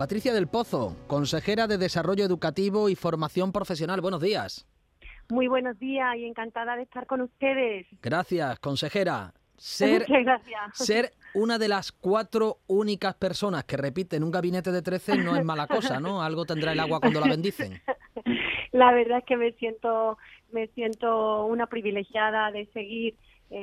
Patricia del Pozo, consejera de Desarrollo Educativo y Formación Profesional. Buenos días. Muy buenos días y encantada de estar con ustedes. Gracias, consejera. Muchas gracias. Ser una de las 4 únicas personas que repiten un gabinete de 13 no es mala cosa, ¿no? Algo tendrá el agua cuando la bendicen. La verdad es que me siento una privilegiada de seguir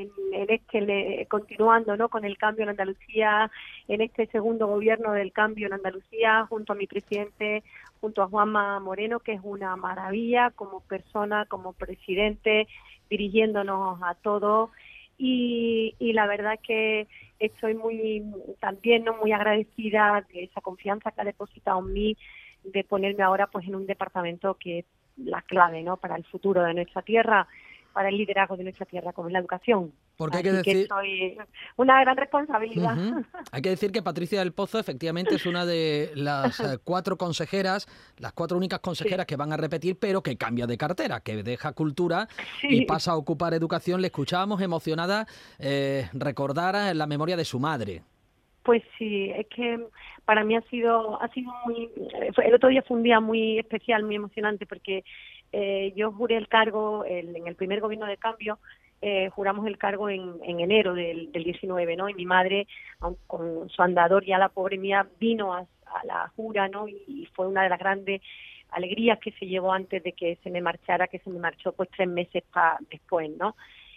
continuando, ¿no?, con el cambio en Andalucía, en este segundo gobierno del cambio en Andalucía, junto a mi presidente, junto a Juanma Moreno, que es una maravilla como persona, como presidente, dirigiéndonos a todos. Y la verdad que estoy muy agradecida de esa confianza que ha depositado en mí, de ponerme ahora pues en un departamento que es la clave, ¿no?, para el futuro de nuestra tierra, para el liderazgo de nuestra tierra, como es la educación. Porque hay que soy una gran responsabilidad. Hay que decir que Patricia del Pozo efectivamente es una de las 4 consejeras, las 4 únicas consejeras que van a repetir, pero que cambia de cartera, que deja cultura y pasa a ocupar educación. Le escuchábamos emocionada recordar la memoria de su madre. Pues sí, es que para mí ha sido muy... El otro día fue un día muy especial, muy emocionante, porque yo juré el cargo en el primer gobierno de cambio. Juramos el cargo en enero del 19, ¿no? Y mi madre, con su andador, ya la pobre mía, vino a la jura, ¿no? Y fue una de las grandes alegrías que se llevó antes de que se me marchara, que se me marchó pues 3 meses después, ¿no?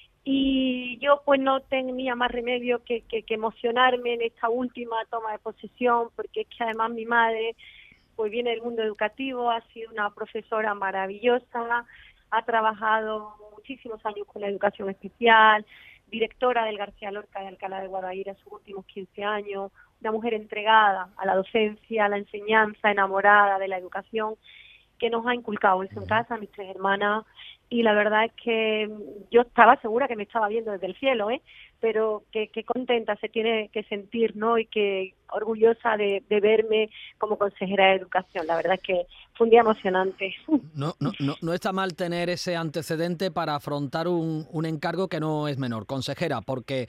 Y yo pues no tenía más remedio que emocionarme en esta última toma de posesión, porque es que además mi madre pues viene del mundo educativo, ha sido una profesora maravillosa, ha trabajado muchísimos años con la educación especial, directora del García Lorca de Alcalá de Guadaira sus últimos 15 años, una mujer entregada a la docencia, a la enseñanza, enamorada de la educación, que nos ha inculcado eso en casa, mis 3 hermanas, y la verdad es que yo estaba segura que me estaba viendo desde el cielo, pero que contenta se tiene que sentir, ¿no?, y que orgullosa de verme como consejera de educación. La verdad es que fue un día emocionante. No está mal tener ese antecedente para afrontar un encargo que no es menor, consejera, porque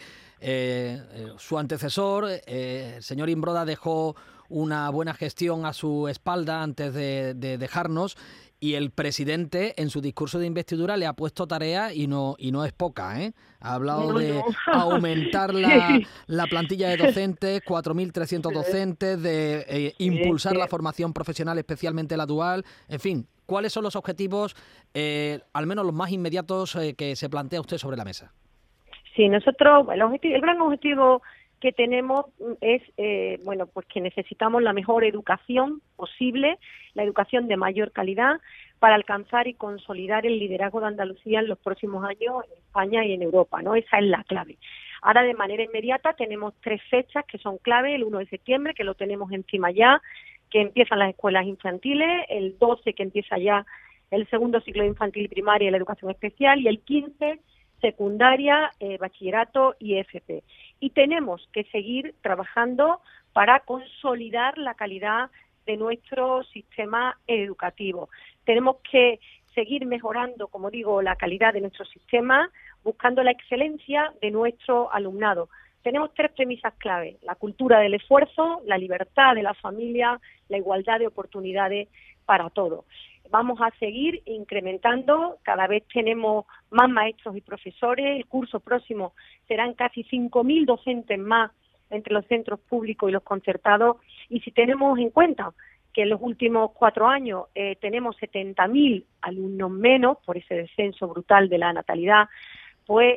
su antecesor, el señor Imbroda, dejó una buena gestión a su espalda antes de dejarnos, y el presidente en su discurso de investidura le ha puesto tarea y no es poca, ¿eh? Ha hablado de aumentar la plantilla de docentes, 4.300 docentes, de impulsar la formación profesional, especialmente la dual, en fin. ¿Cuáles son los objetivos, al menos los más inmediatos, que se plantea usted sobre la mesa? Sí, nosotros, el gran objetivo que tenemos es, pues que necesitamos la mejor educación posible, la educación de mayor calidad, para alcanzar y consolidar el liderazgo de Andalucía en los próximos años en España y en Europa, ¿no? Esa es la clave. Ahora, de manera inmediata, tenemos 3 fechas que son clave: el 1 de septiembre, que lo tenemos encima ya, que empiezan las escuelas infantiles, el 12, que empieza ya el segundo ciclo de infantil y primaria y la educación especial, y el 15, secundaria, bachillerato y FP. Y tenemos que seguir trabajando para consolidar la calidad de nuestro sistema educativo. Tenemos que seguir mejorando, como digo, la calidad de nuestro sistema, buscando la excelencia de nuestro alumnado. Tenemos 3 premisas clave: la cultura del esfuerzo, la libertad de la familia, la igualdad de oportunidades para todos. Vamos a seguir incrementando, cada vez tenemos más maestros y profesores. El curso próximo serán casi 5.000 docentes más entre los centros públicos y los concertados, y si tenemos en cuenta que en los últimos 4 años tenemos 70.000 alumnos menos por ese descenso brutal de la natalidad, pues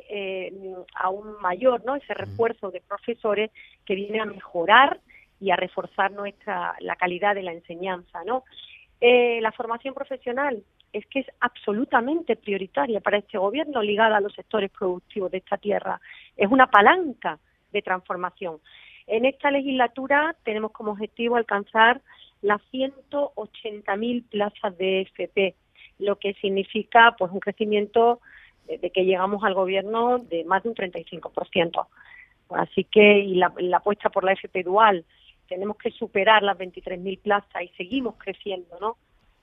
aún mayor, ¿no?, ese refuerzo de profesores que viene a mejorar y a reforzar la calidad de la enseñanza, ¿no? La formación profesional es que es absolutamente prioritaria para este gobierno, ligada a los sectores productivos de esta tierra. Es una palanca de transformación. En esta legislatura tenemos como objetivo alcanzar las 180.000 plazas de FP, lo que significa pues un crecimiento de que llegamos al gobierno de más de un 35%. Así que, y la apuesta por la FP dual, tenemos que superar las 23.000 plazas y seguimos creciendo, ¿no?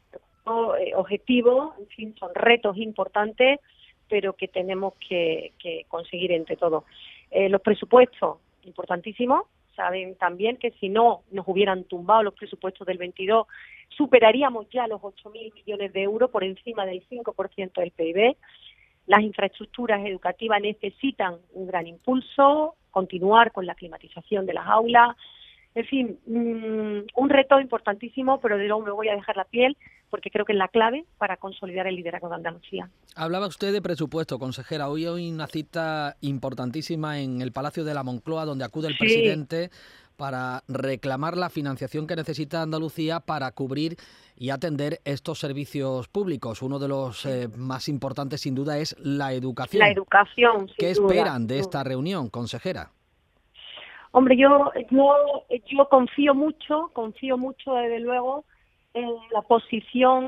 Objetivos, en fin, son retos importantes, pero que tenemos que conseguir entre todos. Los presupuestos, importantísimos, saben también que si no nos hubieran tumbado los presupuestos del 22, superaríamos ya los 8.000 millones de euros, por encima del 5% del PIB. Las infraestructuras educativas necesitan un gran impulso, continuar con la climatización de las aulas. En fin, un reto importantísimo, pero de luego me voy a dejar la piel porque creo que es la clave para consolidar el liderazgo de Andalucía. Hablaba usted de presupuesto, consejera. Hoy hay una cita importantísima en el Palacio de la Moncloa, donde acude el presidente para reclamar la financiación que necesita Andalucía para cubrir y atender estos servicios públicos. Uno de los más importantes, sin duda, es la educación. La educación, sin ¿Qué duda, esperan de esta reunión, consejera? Hombre, yo confío mucho desde luego en la posición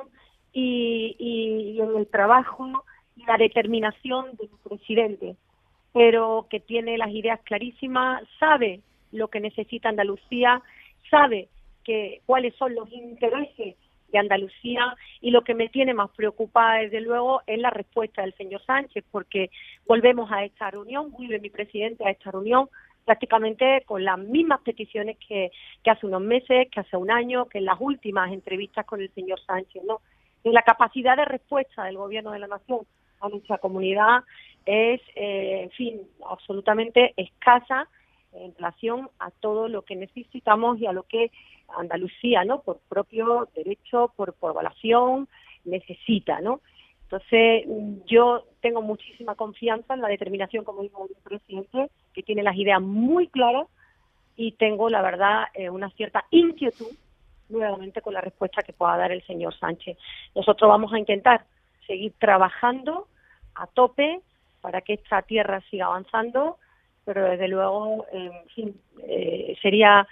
y en el trabajo y la determinación del presidente, pero que tiene las ideas clarísimas, sabe lo que necesita Andalucía, sabe cuáles son los intereses de Andalucía, y lo que me tiene más preocupada desde luego es la respuesta del señor Sánchez, porque volvemos a esta reunión, vuelve mi presidente a esta reunión prácticamente con las mismas peticiones que hace unos meses, que hace un año, que en las últimas entrevistas con el señor Sánchez, ¿no? Y la capacidad de respuesta del Gobierno de la Nación a nuestra comunidad es, en fin, absolutamente escasa en relación a todo lo que necesitamos y a lo que Andalucía, ¿no?, por propio derecho, por población, necesita, ¿no? Entonces, yo tengo muchísima confianza en la determinación, como dijo el presidente, que tiene las ideas muy claras, y tengo, la verdad, una cierta inquietud nuevamente con la respuesta que pueda dar el señor Sánchez. Nosotros vamos a intentar seguir trabajando a tope para que esta tierra siga avanzando, pero desde luego, en fin, sería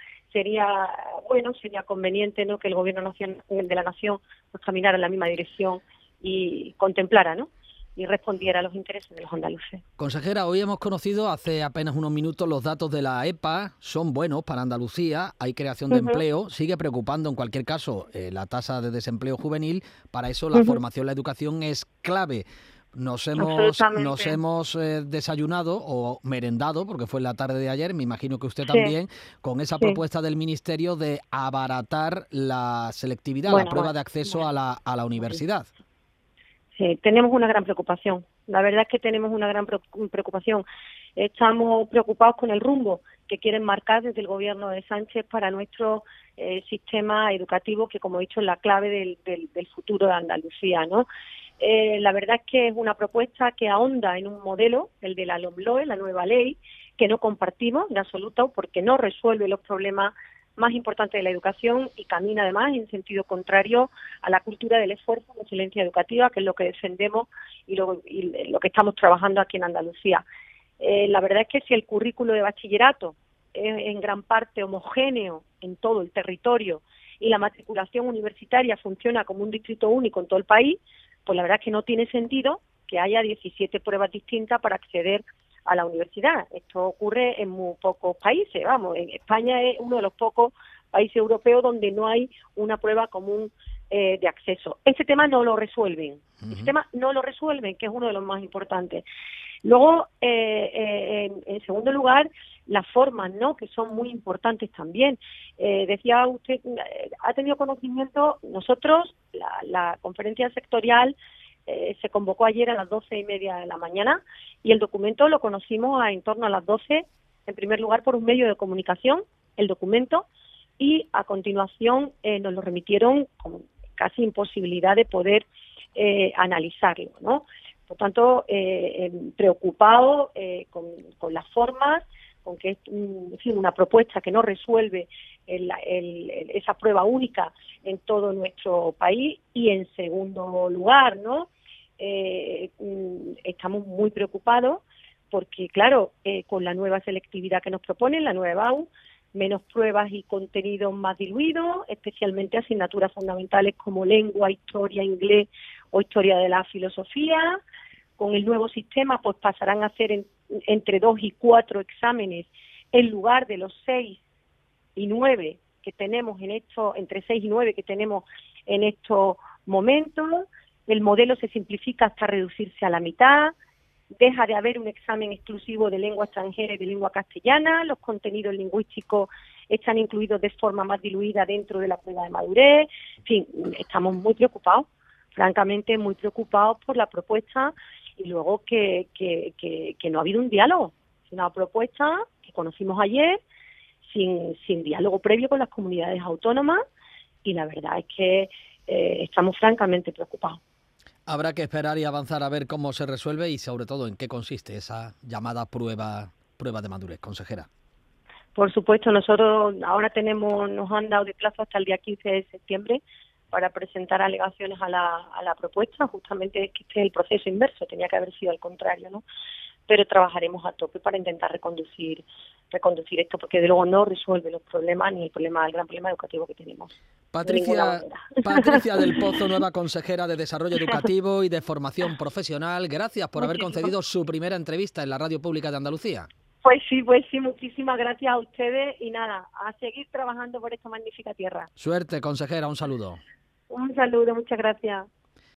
conveniente, ¿no?, que el Gobierno de la Nación pues caminara en la misma dirección y contemplara, ¿no?, y respondiera a los intereses de los andaluces. Consejera, hoy hemos conocido hace apenas unos minutos los datos de la EPA, son buenos para Andalucía, hay creación de empleo, sigue preocupando en cualquier caso la tasa de desempleo juvenil, para eso la formación, la educación es clave. Nos hemos desayunado o merendado, porque fue en la tarde de ayer, me imagino que usted también, con esa propuesta del Ministerio de abaratar la selectividad, la prueba de acceso a la universidad. Sí, tenemos una gran preocupación. La verdad es que tenemos una gran preocupación. Estamos preocupados con el rumbo que quieren marcar desde el Gobierno de Sánchez para nuestro sistema educativo, que, como he dicho, es la clave del futuro de Andalucía, ¿no? La verdad es que es una propuesta que ahonda en un modelo, el de la LOMLOE, la nueva ley, que no compartimos en absoluto, porque no resuelve los problemas más importantes de la educación y camina además en sentido contrario a la cultura del esfuerzo de excelencia educativa, que es lo que defendemos y lo que estamos trabajando aquí en Andalucía. La verdad es que si el currículo de bachillerato es en gran parte homogéneo en todo el territorio y la matriculación universitaria funciona como un distrito único en todo el país, pues la verdad es que no tiene sentido que haya 17 pruebas distintas para acceder a la universidad. Esto ocurre en muy pocos países, vamos, en España es uno de los pocos países europeos donde no hay una prueba común de acceso. Ese tema no lo resuelven, que es uno de los más importantes. Luego, en segundo lugar, las formas, ¿no?, que son muy importantes también. Decía usted, ha tenido conocimiento, nosotros, la conferencia sectorial se convocó ayer a las 12:30 de la mañana, y el documento lo conocimos en torno a las 12, en primer lugar por un medio de comunicación, el documento, y a continuación nos lo remitieron con casi imposibilidad de poder analizarlo, ¿no? Por tanto, preocupado con las formas, con que es una propuesta que no resuelve esa prueba única en todo nuestro país. Y en segundo lugar, ¿no?, estamos muy preocupados porque, claro, con la nueva selectividad que nos proponen, la nueva EBAU, menos pruebas y contenidos más diluidos, especialmente asignaturas fundamentales como lengua, historia, inglés o historia de la filosofía. Con el nuevo sistema pues pasarán a hacer entre 2 y 4 exámenes en lugar de los 6 y 9 que tenemos entre 6 y 9 que tenemos en estos momentos. El modelo se simplifica hasta reducirse a la mitad. deja de haber un examen exclusivo de lengua extranjera y de lengua castellana, los contenidos lingüísticos están incluidos de forma más diluida dentro de la prueba de madurez. En fin, estamos muy preocupados, francamente muy preocupados por la propuesta, y luego que no ha habido un diálogo. Es una propuesta que conocimos ayer sin diálogo previo con las comunidades autónomas, y la verdad es que estamos francamente preocupados. Habrá que esperar y avanzar a ver cómo se resuelve y sobre todo en qué consiste esa llamada prueba de madurez, consejera. Por supuesto, nosotros ahora nos han dado de plazo hasta el día 15 de septiembre para presentar alegaciones a la propuesta. Justamente es que este es el proceso inverso, tenía que haber sido al contrario, ¿no? Pero trabajaremos a tope para intentar reconducir esto, porque de luego no resuelve los problemas ni el gran problema educativo que tenemos. Patricia del Pozo, nueva consejera de Desarrollo Educativo y de Formación Profesional, gracias por haber concedido su primera entrevista en la Radio Pública de Andalucía. Pues sí, muchísimas gracias a ustedes y nada, a seguir trabajando por esta magnífica tierra. Suerte, consejera, un saludo. Un saludo, muchas gracias.